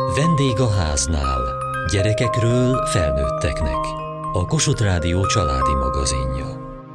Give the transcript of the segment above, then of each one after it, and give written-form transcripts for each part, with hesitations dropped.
Vendég a háznál. Gyerekekről felnőtteknek. A Kossuth Rádió családi magazinja.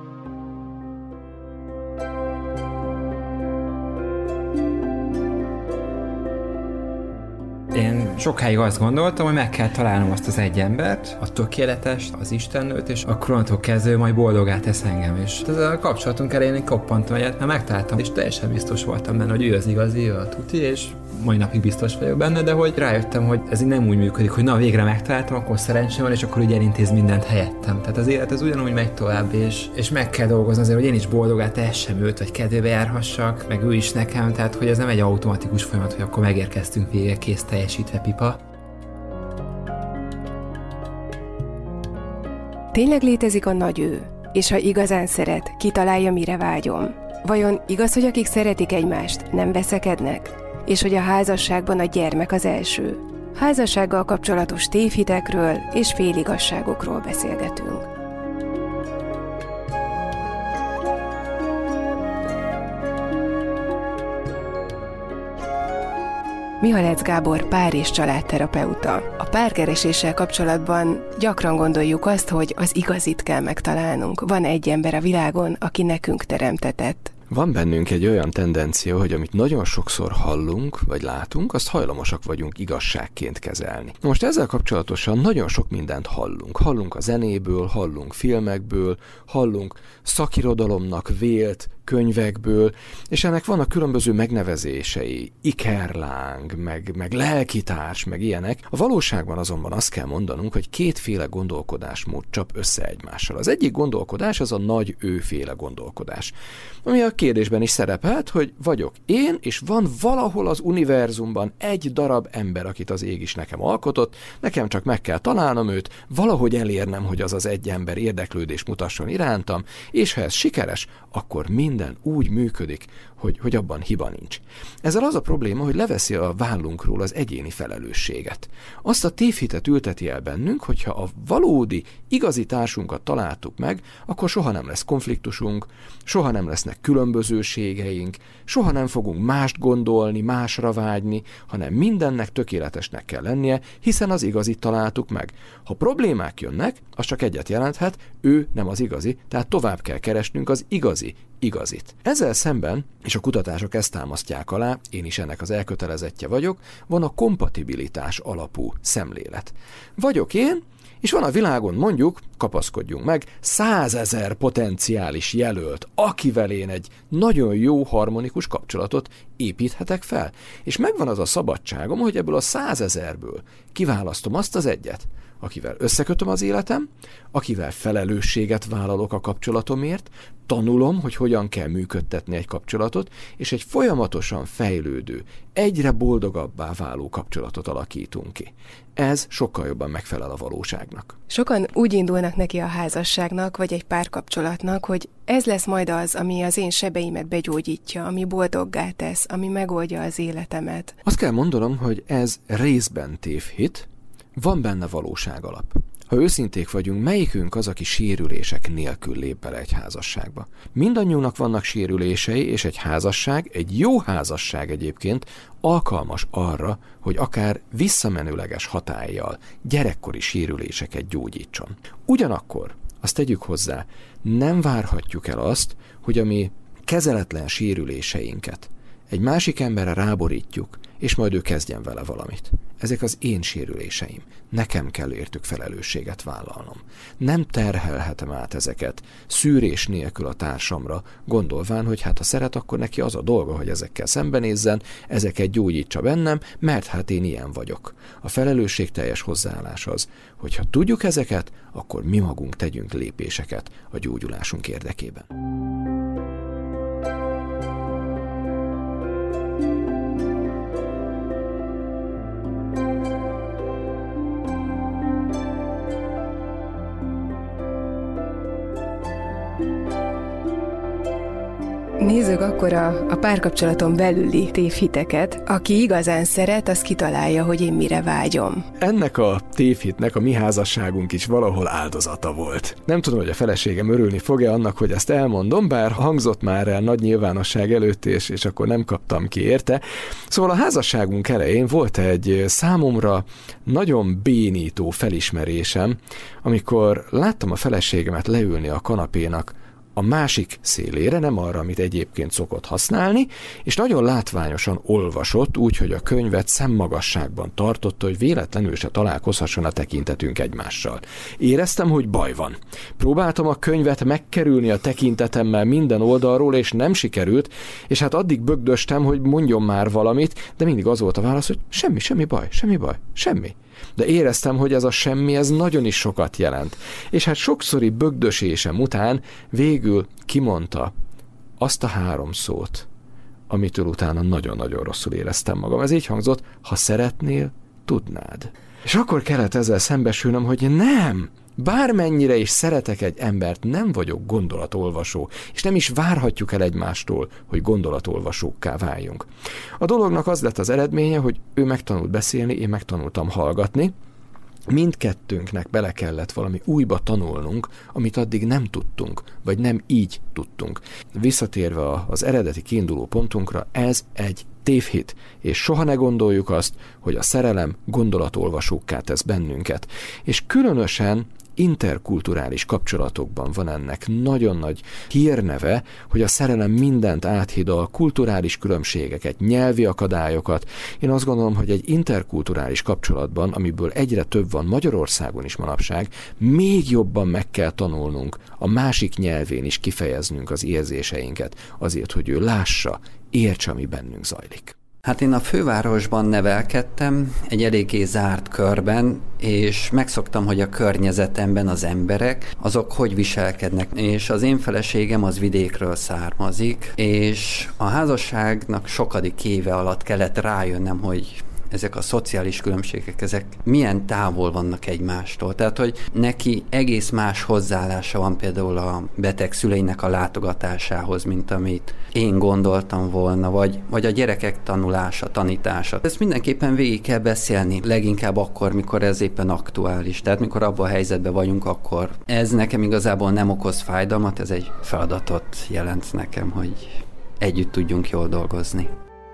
Én sokáig azt gondoltam, hogy meg kell találnom azt az egy embert, a tökéletes, az istennőt, és akkor onnantól kezdve majd boldoggá tesz engem. És ez a kapcsolatunk elején egy koppantam egyet, mert megtaláltam, és teljesen biztos voltam benne, hogy ő az igazi, ő a tuti, és mai napig biztos vagyok benne, de hogy rájöttem, hogy ez így nem úgy működik, hogy na végre megtaláltam, akkor szerencsém van, és akkor úgy elintéz mindent helyettem. Tehát az élet ez ugyanúgy megy tovább, és meg kell dolgozni azért, hogy én is boldogá tehessem őt, vagy kedvébe járhassak, meg ő is nekem, tehát hogy ez nem egy automatikus folyamat, hogy akkor megérkeztünk végre, kész, teljesítve, pipa. Tényleg létezik a nagy ő, és ha igazán szeret, kitalálja, mire vágyom. Vajon igaz, hogy akik szeretik egymást, nem veszekednek? És hogy a házasságban a gyermek az első? Házassággal kapcsolatos tévhitekről és féligasságokról beszélgetünk. Mihalec Gábor pár- és családterapeuta. A párkereséssel kapcsolatban gyakran gondoljuk azt, hogy az igazit kell megtalálnunk. Van egy ember a világon, aki nekünk teremtetett. Van bennünk egy olyan tendencia, hogy amit nagyon sokszor hallunk, vagy látunk, azt hajlamosak vagyunk igazságként kezelni. Most ezzel kapcsolatosan nagyon sok mindent hallunk. Hallunk a zenéből, hallunk filmekből, hallunk szakirodalomnak vélt könyvekből, és ennek vannak különböző megnevezései, ikerláng, meg lelkitárs, meg ilyenek. A valóságban azonban azt kell mondanunk, hogy kétféle gondolkodásmód csap össze egymással. Az egyik gondolkodás az a nagy őféle gondolkodás, ami a kérdésben is szerepelt, hogy vagyok én, és van valahol az univerzumban egy darab ember, akit az ég is nekem alkotott, nekem csak meg kell találnom őt, valahogy elérnem, hogy az az egy ember érdeklődés mutasson irántam, és ha ez sikeres, akkor minden úgy működik, hogy abban hiba nincs. Ezzel az a probléma, hogy leveszi a vállunkról az egyéni felelősséget. Azt a tévhitet ülteti el bennünk, hogyha a valódi, igazi társunkat találtuk meg, akkor soha nem lesz konfliktusunk, soha nem lesznek különbözőségeink, soha nem fogunk mást gondolni, másra vágyni, hanem mindennek tökéletesnek kell lennie, hiszen az igazit találtuk meg. Ha problémák jönnek, az csak egyet jelenthet, ő nem az igazi, tehát tovább kell keresnünk az igazit. Ezzel szemben, és a kutatások ezt támasztják alá, én is ennek az elkötelezettje vagyok, van a kompatibilitás alapú szemlélet. Vagyok én, és van a világon mondjuk, kapaszkodjunk meg, 100 000 potenciális jelölt, akivel én egy nagyon jó harmonikus kapcsolatot építhetek fel. És megvan az a szabadságom, hogy ebből a 100 000-ből kiválasztom azt az egyet, akivel összekötöm az életem, akivel felelősséget vállalok a kapcsolatomért, tanulom, hogy hogyan kell működtetni egy kapcsolatot, és egy folyamatosan fejlődő, egyre boldogabbá váló kapcsolatot alakítunk ki. Ez sokkal jobban megfelel a valóságnak. Sokan úgy indulnak neki a házasságnak, vagy egy párkapcsolatnak, hogy ez lesz majd az, ami az én sebeimet begyógyítja, ami boldoggá tesz, ami megoldja az életemet. Azt kell mondanom, hogy ez részben tévhit, van benne valóság alap. Ha őszinték vagyunk, melyikünk az, aki sérülések nélkül lép bele egy házasságba? Mindannyiunknak vannak sérülései, és egy házasság, egy jó házasság egyébként alkalmas arra, hogy akár visszamenőleges hatállyal gyerekkori sérüléseket gyógyítson. Ugyanakkor, azt tegyük hozzá, nem várhatjuk el azt, hogy a mi kezeletlen sérüléseinket egy másik emberre ráborítjuk, és majd ő kezdjen vele valamit. Ezek az én sérüléseim. Nekem kell értük felelősséget vállalnom. Nem terhelhetem át ezeket szűrés nélkül a társamra, gondolván, hogy hát ha szeret, akkor neki az a dolga, hogy ezekkel szembenézzen, ezeket gyógyítsa bennem, mert hát én ilyen vagyok. A felelősségteljes hozzáállás az, hogy ha tudjuk ezeket, akkor mi magunk tegyünk lépéseket a gyógyulásunk érdekében. Nézzük akkor a párkapcsolaton belüli tévhiteket. Aki igazán szeret, az kitalálja, hogy én mire vágyom. Ennek a tévhitnek a mi házasságunk is valahol áldozata volt. Nem tudom, hogy a feleségem örülni fog-e annak, hogy ezt elmondom, bár hangzott már el nagy nyilvánosság előtt, és akkor nem kaptam ki érte. Szóval a házasságunk elején volt egy számomra nagyon bénító felismerésem, amikor láttam a feleségemet leülni a kanapénak a másik szélére, nem arra, amit egyébként szokott használni, és nagyon látványosan olvasott, úgyhogy a könyvet szemmagasságban tartotta, hogy véletlenül se találkozhasson a tekintetünk egymással. Éreztem, hogy baj van. Próbáltam a könyvet megkerülni a tekintetemmel minden oldalról, és nem sikerült, és hát addig bögdöstem, hogy mondjon már valamit, de mindig az volt a válasz, hogy semmi baj. De éreztem, hogy ez a semmi, ez nagyon is sokat jelent. És hát sokszori bögdösésem után végül kimondta azt a 3 szót, amitől utána nagyon-nagyon rosszul éreztem magam. Ez így hangzott: ha szeretnél, tudnád. És akkor kellett ezzel szembesülnöm, hogy nem! Bármennyire is szeretek egy embert, nem vagyok gondolatolvasó, és nem is várhatjuk el egymástól, hogy gondolatolvasókká váljunk. A dolognak az lett az eredménye, hogy ő megtanult beszélni, én megtanultam hallgatni, mindkettőnknek bele kellett valami újba tanulnunk, amit addig nem tudtunk, vagy nem így tudtunk. Visszatérve az eredeti kiinduló pontunkra, ez egy tévhit, és soha ne gondoljuk azt, hogy a szerelem gondolatolvasókká tesz bennünket. És különösen interkulturális kapcsolatokban van ennek nagyon nagy hírneve, hogy a szerelem mindent áthidal, kulturális különbségeket, nyelvi akadályokat. Én azt gondolom, hogy egy interkulturális kapcsolatban, amiből egyre több van Magyarországon is manapság, még jobban meg kell tanulnunk a másik nyelvén is kifejeznünk az érzéseinket, azért, hogy ő lássa, értse, ami bennünk zajlik. Hát én a fővárosban nevelkedtem, egy eléggé zárt körben, és megszoktam, hogy a környezetemben az emberek, azok hogy viselkednek. És az én feleségem az vidékről származik, és a házasságnak sokadik éve alatt kellett rájönnem, hogy ezek a szociális különbségek, ezek milyen távol vannak egymástól. Tehát, hogy neki egész más hozzáállása van például a beteg szüleinek a látogatásához, mint amit én gondoltam volna, vagy a gyerekek tanulása, tanítása. Ezt mindenképpen végig kell beszélni, leginkább akkor, mikor ez éppen aktuális. Tehát, mikor abban a helyzetben vagyunk, akkor ez nekem igazából nem okoz fájdalmat, ez egy feladatot jelent nekem, hogy együtt tudjunk jól dolgozni.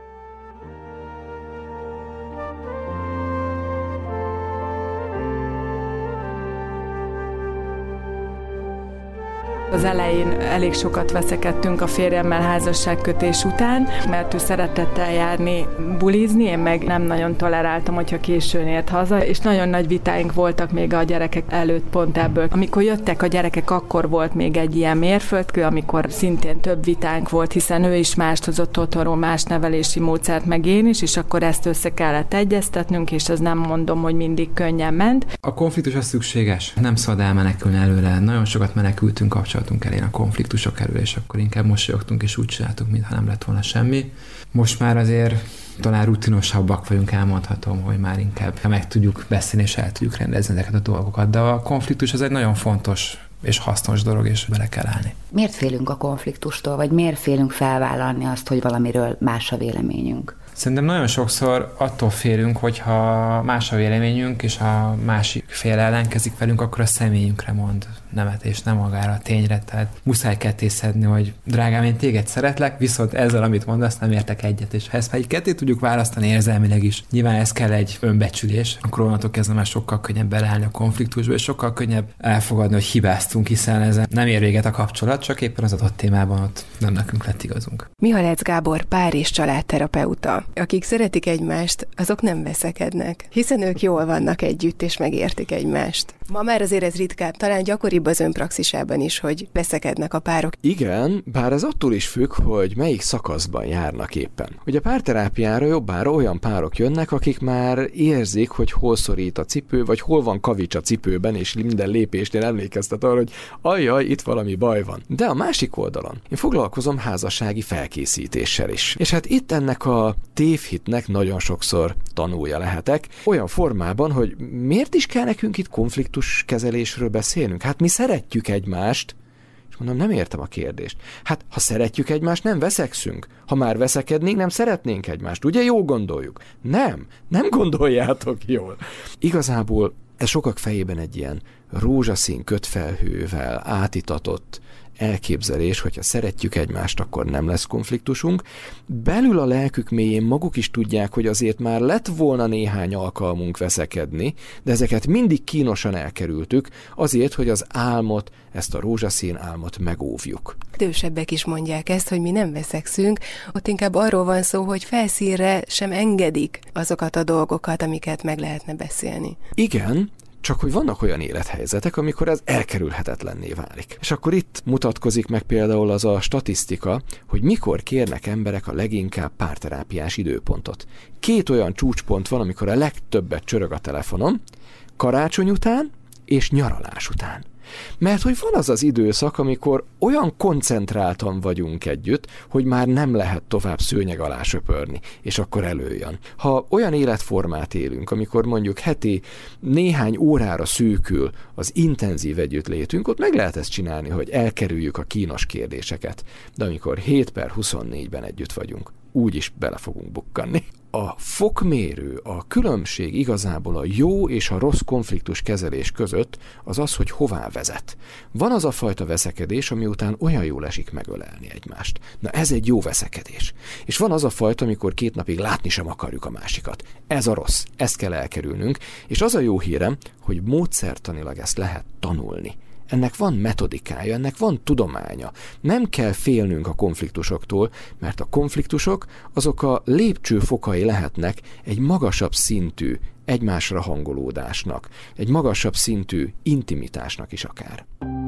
Az elején elég sokat veszekedtünk a férjemmel házasságkötés után, mert ő szeretett eljárni, bulizni, én meg nem nagyon toleráltam, hogyha későn ért haza, és nagyon nagy vitáink voltak még a gyerekek előtt pont ebből. Amikor jöttek a gyerekek, akkor volt még egy ilyen mérföldkő, amikor szintén több vitánk volt, hiszen ő is mást hozott otthonról, más nevelési módszert, meg én is, és akkor ezt össze kellett egyeztetnünk, és ez nem mondom, hogy mindig könnyen ment. A konfliktus az szükséges, nem szabad elmenekülni előle. Nagyon sokat menekültünk kapcsolatunk elén a konfliktusok elől, és akkor inkább mosolyogtunk, és úgy csináltuk, mintha nem lett volna semmi. Most már azért talán rutinosabbak vagyunk, elmondhatom, hogy már inkább meg tudjuk beszélni, és el tudjuk rendezni ezeket a dolgokat. De a konfliktus az egy nagyon fontos és hasznos dolog, és bele kell állni. Miért félünk a konfliktustól, vagy miért félünk felvállalni azt, hogy valamiről más a véleményünk? Szerintem nagyon sokszor attól félünk, hogyha más a véleményünk, és a másik fél ellenkezik velünk, akkor a személyünkre mond nemet, és nem magára a tényre. Tehát muszáj kettészedni, hogy drágám, én téged szeretlek, viszont ezzel, amit mondasz, nem értek egyet. És ha ezt már ketté tudjuk választani érzelmileg is, nyilván ez kell egy önbecsülés, akkor onnantól kezdve már sokkal könnyebb beleállni a konfliktusba, és sokkal könnyebb elfogadni, hogy hibáztunk, hiszen ez nem ér véget a kapcsolat, csak éppen az adott témában ott nem nekünk lett igazunk. Mihalec Gábor pár- és családterapeuta. Akik szeretik egymást, azok nem veszekednek, hiszen ők jól vannak együtt, és megértik egymást. Ma már azért ez ritkább, talán gyakoribb az önpraxisában is, hogy veszekednek a párok. Igen, bár ez attól is függ, hogy melyik szakaszban járnak éppen. Ugye párterápiára jobbára olyan párok jönnek, akik már érzik, hogy hol szorít a cipő, vagy hol van kavics a cipőben, és minden lépésnél emlékeztet arra, hogy ajjaj, itt valami baj van. De a másik oldalon én foglalkozom házassági felkészítéssel is. És hát itt ennek a tévhitnek nagyon sokszor tanulja lehetek, olyan formában, hogy miért is kell nekünk itt konfliktuskezelésről beszélnünk? Hát mi szeretjük egymást, és Mondom, nem értem a kérdést. Hát, ha szeretjük egymást, nem veszekszünk. Ha már veszekednénk, nem szeretnénk egymást. Ugye jól gondoljuk? Nem gondoljátok jól. Igazából ez sokak fejében egy ilyen rózsaszín kötfelhővel átitatott elképzelés, hogyha szeretjük egymást, akkor nem lesz konfliktusunk. Belül a lelkük mélyén maguk is tudják, hogy azért már lett volna néhány alkalmunk veszekedni, de ezeket mindig kínosan elkerültük, azért, hogy az álmot, ezt a rózsaszín álmot megóvjuk. Idősebbek is mondják ezt, hogy mi nem veszekszünk, ott inkább arról van szó, hogy felszínre sem engedik azokat a dolgokat, amiket meg lehetne beszélni. Igen, csak hogy vannak olyan élethelyzetek, amikor ez elkerülhetetlenné válik. És akkor itt mutatkozik meg például az a statisztika, hogy mikor kérnek emberek a leginkább párterápiás időpontot. 2 olyan csúcspont van, amikor a legtöbbet csörög a telefonom, karácsony után és nyaralás után. Mert hogy van az az időszak, amikor olyan koncentráltan vagyunk együtt, hogy már nem lehet tovább szőnyeg alá söpörni, és akkor előjön. Ha olyan életformát élünk, amikor mondjuk heti néhány órára szűkül az intenzív együttlétünk, ott meg lehet ezt csinálni, hogy elkerüljük a kínos kérdéseket. De amikor 7/24-ben együtt vagyunk, úgyis bele fogunk bukkanni. A fokmérő, a különbség igazából a jó és a rossz konfliktus kezelés között az az, hogy hová vezet. Van az a fajta veszekedés, ami után olyan jól esik megölelni egymást. Na ez egy jó veszekedés. És van az a fajta, amikor 2 napig látni sem akarjuk a másikat. Ez a rossz, ezt kell elkerülnünk, és az a jó hírem, hogy módszertanilag ezt lehet tanulni. Ennek van metodikája, ennek van tudománya. Nem kell félnünk a konfliktusoktól, mert a konfliktusok azok a lépcsőfokai lehetnek egy magasabb szintű egymásra hangolódásnak, egy magasabb szintű intimitásnak is akár.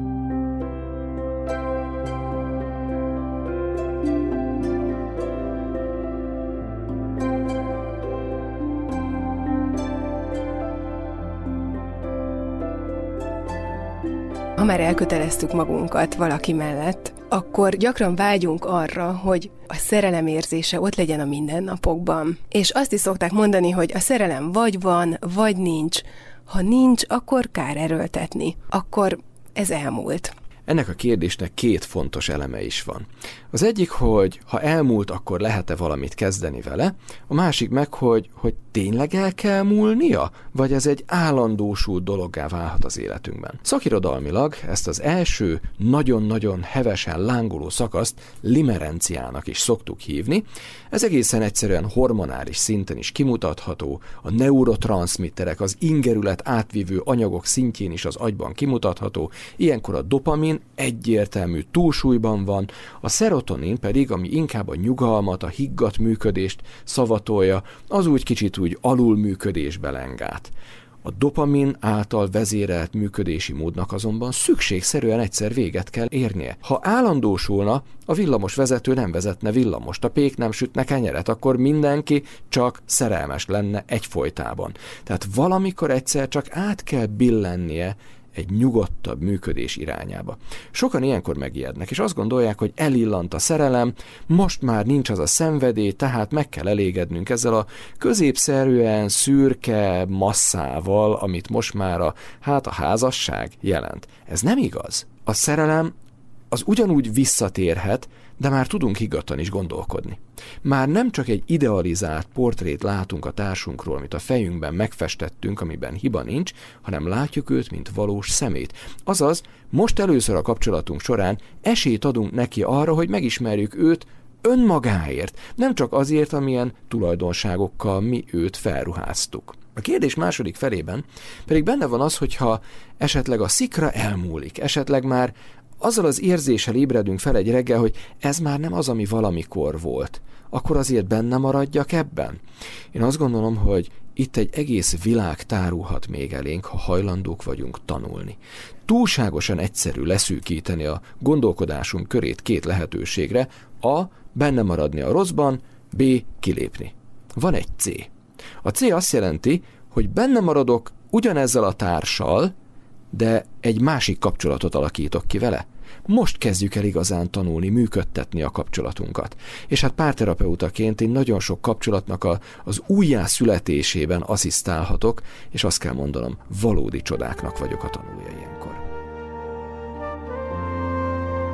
Ha már elköteleztük magunkat valaki mellett, akkor gyakran vágyunk arra, hogy a szerelem érzése ott legyen a mindennapokban. És azt is szokták mondani, hogy a szerelem vagy van, vagy nincs. Ha nincs, akkor kár erőltetni. Akkor ez elmúlt. Ennek a kérdésnek 2 fontos eleme is van. Az egyik, hogy ha elmúlt, akkor lehet-e valamit kezdeni vele, a másik meg, hogy tényleg el kell múlnia, vagy ez egy állandósult dologgá válhat az életünkben. Szakirodalmilag ezt az első nagyon-nagyon hevesen lángoló szakaszt limerenciának is szoktuk hívni. Ez egészen egyszerűen hormonális szinten is kimutatható, a neurotranszmitterek, az ingerület átvívő anyagok szintjén is az agyban kimutatható, ilyenkor a dopamin egyértelmű túlsúlyban van, a szerotonin pedig, ami inkább a nyugalmat, a higgadt működést szavatolja, az úgy kicsit úgy alulműködésbe lengát. A dopamin által vezérelt működési módnak azonban szükségszerűen egyszer véget kell érnie. Ha állandósulna, a villamos vezető nem vezetne villamost, a pék nem sütne kenyeret, akkor mindenki csak szerelmes lenne egyfolytában. Tehát valamikor egyszer csak át kell billennie egy nyugodtabb működés irányába. Sokan ilyenkor megijednek, és azt gondolják, hogy elillant a szerelem, most már nincs az a szenvedély, tehát meg kell elégednünk ezzel a középszerűen szürke masszával, amit most már a házasság jelent. Ez nem igaz. A szerelem az ugyanúgy visszatérhet, de már tudunk higgadtan is gondolkodni. Már nem csak egy idealizált portrét látunk a társunkról, amit a fejünkben megfestettünk, amiben hiba nincs, hanem látjuk őt, mint valós szemét. Azaz, most először a kapcsolatunk során esélyt adunk neki arra, hogy megismerjük őt önmagáért, nem csak azért, amilyen tulajdonságokkal mi őt felruháztuk. A kérdés második felében pedig benne van az, hogyha esetleg a szikra elmúlik, esetleg már azzal az érzéssel ébredünk fel egy reggel, hogy ez már nem az, ami valamikor volt, akkor azért benne maradjak ebben? Én azt gondolom, hogy itt egy egész világ tárulhat még elénk, ha hajlandók vagyunk tanulni. Túlságosan egyszerű leszűkíteni a gondolkodásunk körét 2 lehetőségre, A. benne maradni a rosszban, B. kilépni. Van egy C. A C azt jelenti, hogy benne maradok ugyanezzel a társal, de egy másik kapcsolatot alakítok ki vele. Most kezdjük el igazán tanulni, működtetni a kapcsolatunkat. És hát párterapeutaként én nagyon sok kapcsolatnak az újjászületésében asszisztálhatok, és azt kell mondanom, valódi csodáknak vagyok a tanulja ilyenkor.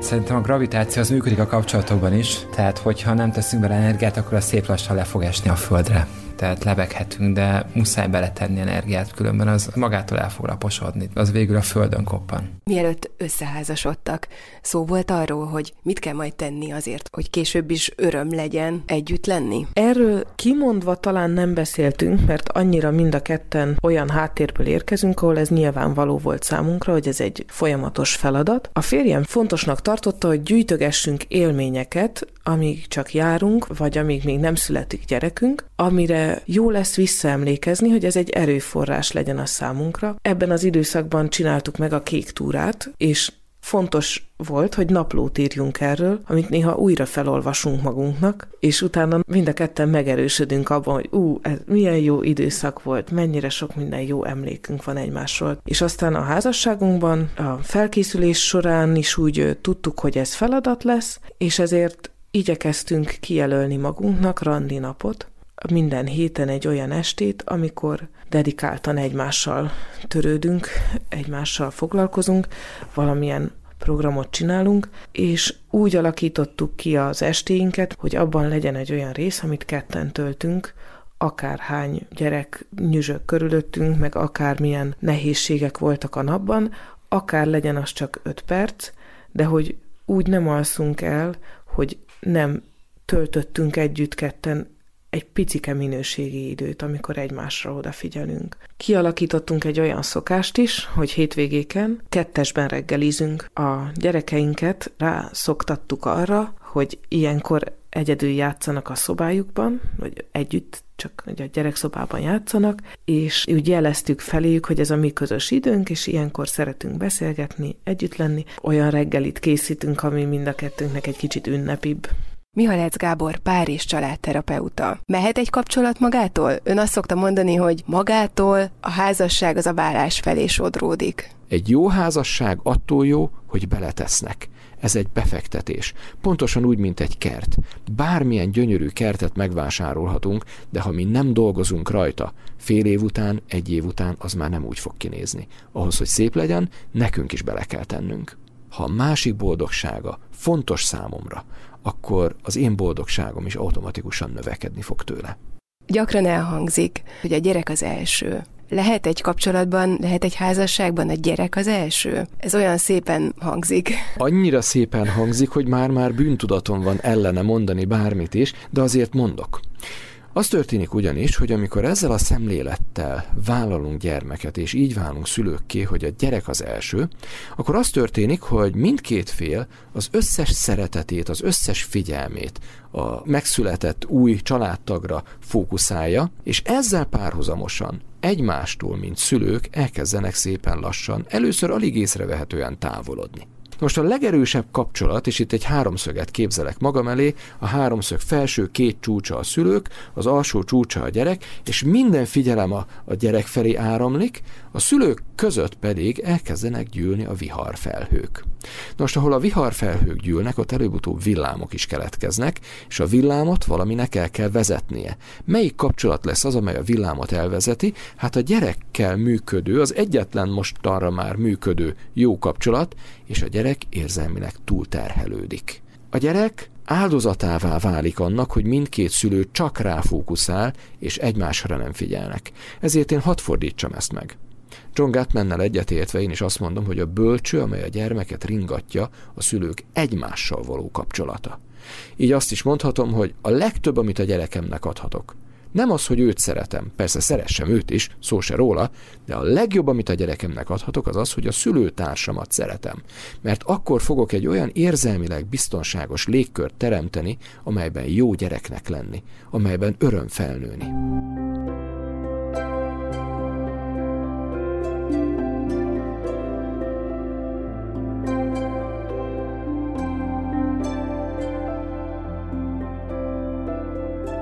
Szerintem a gravitáció az működik a kapcsolatokban is, tehát hogyha nem teszünk bele energiát, akkor az szép lassan le fog esni a földre. Tehát lebeghetünk, de muszáj beletenni energiát, különben az magától el fog laposodni. Az végül a földön koppan. Mielőtt összeházasodtak, szó volt arról, hogy mit kell majd tenni azért, hogy később is öröm legyen együtt lenni? Erről kimondva talán nem beszéltünk, mert annyira mind a ketten olyan háttérből érkezünk, ahol ez nyilvánvaló volt számunkra, hogy ez egy folyamatos feladat. A férjem fontosnak tartotta, hogy gyűjtögessünk élményeket, amíg csak járunk, vagy amíg még nem születik gyerekünk, amire jó lesz visszaemlékezni, hogy ez egy erőforrás legyen a számunkra. Ebben az időszakban csináltuk meg a Kék túrát, és fontos volt, hogy naplót írjunk erről, amit néha újra felolvasunk magunknak, és utána mind a ketten megerősödünk abban, hogy ez milyen jó időszak volt, mennyire sok minden jó emlékünk van egymásról. És aztán a házasságunkban, a felkészülés során is úgy tudtuk, hogy ez feladat lesz, és ezért igyekeztünk kijelölni magunknak randi napot, minden héten egy olyan estét, amikor dedikáltan egymással törődünk, egymással foglalkozunk, valamilyen programot csinálunk, és úgy alakítottuk ki az estéinket, hogy abban legyen egy olyan rész, amit ketten töltünk, akárhány gyerek nyüzsög körülöttünk, meg akármilyen nehézségek voltak a napban, akár legyen az csak 5 perc, de hogy úgy nem alszunk el, hogy nem töltöttünk együtt ketten egy picike minőségi időt, amikor egymásra odafigyelünk. Kialakítottunk egy olyan szokást is, hogy hétvégéken 2-esben reggelizünk. A gyerekeinket rászoktattuk arra, hogy ilyenkor egyedül játszanak a szobájukban, vagy együtt csak a gyerekszobában játszanak, és úgy jeleztük feléjük, hogy ez a mi közös időnk, és ilyenkor szeretünk beszélgetni, együtt lenni. Olyan reggelit készítünk, ami mind a kettőnknek egy kicsit ünnepibb. Mihalec Gábor pár- és családterapeuta. Mehet egy kapcsolat magától? Ön azt szokta mondani, hogy magától a házasság az a válás felé sodródik. Egy jó házasság attól jó, hogy beletesznek. Ez egy befektetés. Pontosan úgy, mint egy kert. Bármilyen gyönyörű kertet megvásárolhatunk, de ha mi nem dolgozunk rajta, fél év után, 1 év után az már nem úgy fog kinézni. Ahhoz, hogy szép legyen, nekünk is bele kell tennünk. Ha a másik boldogsága fontos számomra, akkor az én boldogságom is automatikusan növekedni fog tőle. Gyakran elhangzik, hogy a gyerek az első. Lehet egy kapcsolatban, lehet egy házasságban a gyerek az első? Ez olyan szépen hangzik. Annyira szépen hangzik, hogy már bűntudatom van ellene mondani bármit is, de azért mondok. Az történik ugyanis, hogy amikor ezzel a szemlélettel vállalunk gyermeket, és így válunk szülőkké, hogy a gyerek az első, akkor az történik, hogy mindkét fél az összes szeretetét, az összes figyelmét a megszületett új családtagra fókuszálja, és ezzel párhuzamosan egymástól, mint szülők elkezdenek szépen lassan, először alig észrevehetően távolodni. Most a legerősebb kapcsolat, és itt egy háromszöget képzelek magam elé, a háromszög felső 2 csúcsa a szülők, az alsó csúcsa a gyerek, és minden figyelem a gyerek felé áramlik, a szülők között pedig elkezdenek gyűlni a viharfelhők. Most, ahol a viharfelhők gyűlnek, ott előbb-utóbb villámok is keletkeznek, és a villámot valaminek el kell vezetnie. Melyik kapcsolat lesz az, amely a villámot elvezeti? Hát a gyerekkel működő, az egyetlen mostanra már működő jó kapcsolat, és a gyerek érzelmileg túlterhelődik. A gyerek áldozatává válik annak, hogy mindkét szülő csak ráfókuszál, és egymásra nem figyelnek. Ezért én hadd fordítsam ezt meg. John Gottmannel egyetértve én is azt mondom, hogy a bölcső, amely a gyermeket ringatja, a szülők egymással való kapcsolata. Így azt is mondhatom, hogy a legtöbb, amit a gyerekemnek adhatok, nem az, hogy őt szeretem, persze szeressem őt is, szó se róla, de a legjobb, amit a gyerekemnek adhatok, az az, hogy a szülőtársamat szeretem. Mert akkor fogok egy olyan érzelmileg biztonságos légkört teremteni, amelyben jó gyereknek lenni, amelyben öröm felnőni.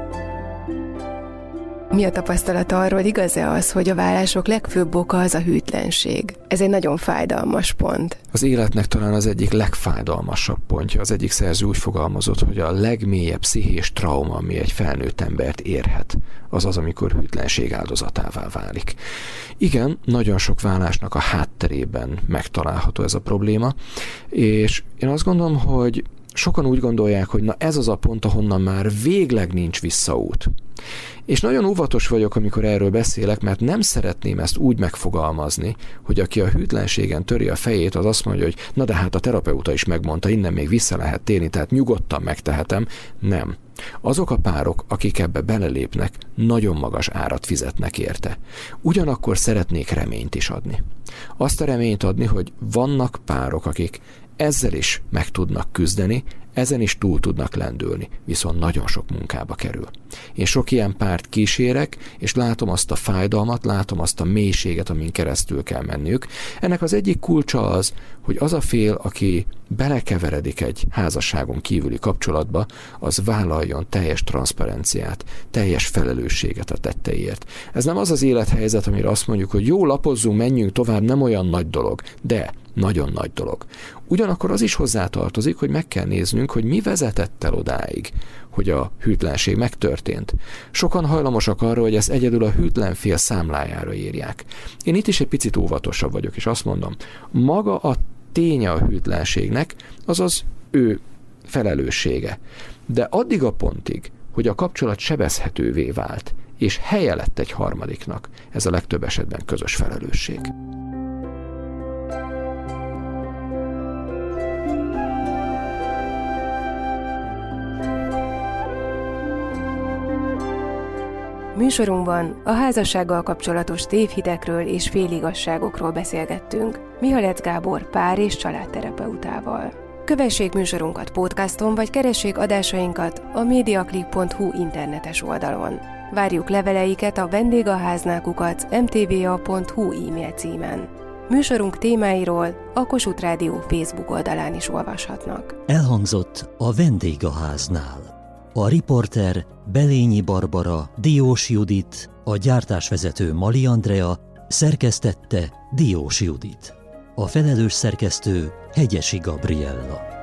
Mi a tapasztalata arról, igaz-e az, hogy a válások legfőbb oka az a hűtlen hűtlenség. Ez egy nagyon fájdalmas pont. Az életnek talán az egyik legfájdalmasabb pontja. Az egyik szerző úgy fogalmazott, hogy a legmélyebb pszichés trauma, ami egy felnőtt embert érhet, az az, amikor hűtlenség áldozatává válik. Igen, nagyon sok válásnak a hátterében megtalálható ez a probléma, és én azt gondolom, hogy sokan úgy gondolják, hogy na ez az a pont, ahonnan már végleg nincs visszaút. És nagyon óvatos vagyok, amikor erről beszélek, mert nem szeretném ezt úgy megfogalmazni, hogy aki a hűtlenségen töri a fejét, az azt mondja, hogy na de hát a terapeuta is megmondta, innen még vissza lehet térni, tehát nyugodtan megtehetem. Nem. Azok a párok, akik ebbe belelépnek, nagyon magas árat fizetnek érte. Ugyanakkor szeretnék reményt is adni. Azt a reményt adni, hogy vannak párok, akik ezzel is meg tudnak küzdeni, ezen is túl tudnak lendülni, viszont nagyon sok munkába kerül. Én sok ilyen párt kísérek, és látom azt a fájdalmat, látom azt a mélységet, amin keresztül kell menniük. Ennek az egyik kulcsa az, hogy az a fél, aki belekeveredik egy házasságon kívüli kapcsolatba, az vállaljon teljes transzparenciát, teljes felelősséget a tetteiért. Ez nem az az élethelyzet, amire azt mondjuk, hogy jó, lapozzunk, menjünk tovább, nem olyan nagy dolog, de nagyon nagy dolog. Ugyanakkor az is hozzátartozik, hogy meg kell néznünk, hogy mi vezetett el odáig, hogy a hűtlenség megtörtént. Sokan hajlamosak arra, hogy ezt egyedül a hűtlen fél számlájára írják. Én itt is egy picit óvatosabb vagyok, és azt mondom, maga a ténye a hűtlenségnek, azaz ő felelőssége. De addig a pontig, hogy a kapcsolat sebezhetővé vált, és helye lett egy harmadiknak, ez a legtöbb esetben közös felelősség. Műsorunkban a házassággal kapcsolatos tévhitekről és féligasságokról beszélgettünk Mihalec Gábor pár- és családterapeutával. Kövessék műsorunkat podcaston, vagy keressék adásainkat a mediaclick.hu internetes oldalon. Várjuk leveleiket a vendégháznál@mtva.hu e-mail címen. Műsorunk témáiról a Kossuth Rádió Facebook oldalán is olvashatnak. Elhangzott a Vendégháznál. A riporter Belényi Barbara, Diós Judit, a gyártásvezető Mali Andrea, szerkesztette Diós Judit. A felelős szerkesztő Hegyesi Gabriella.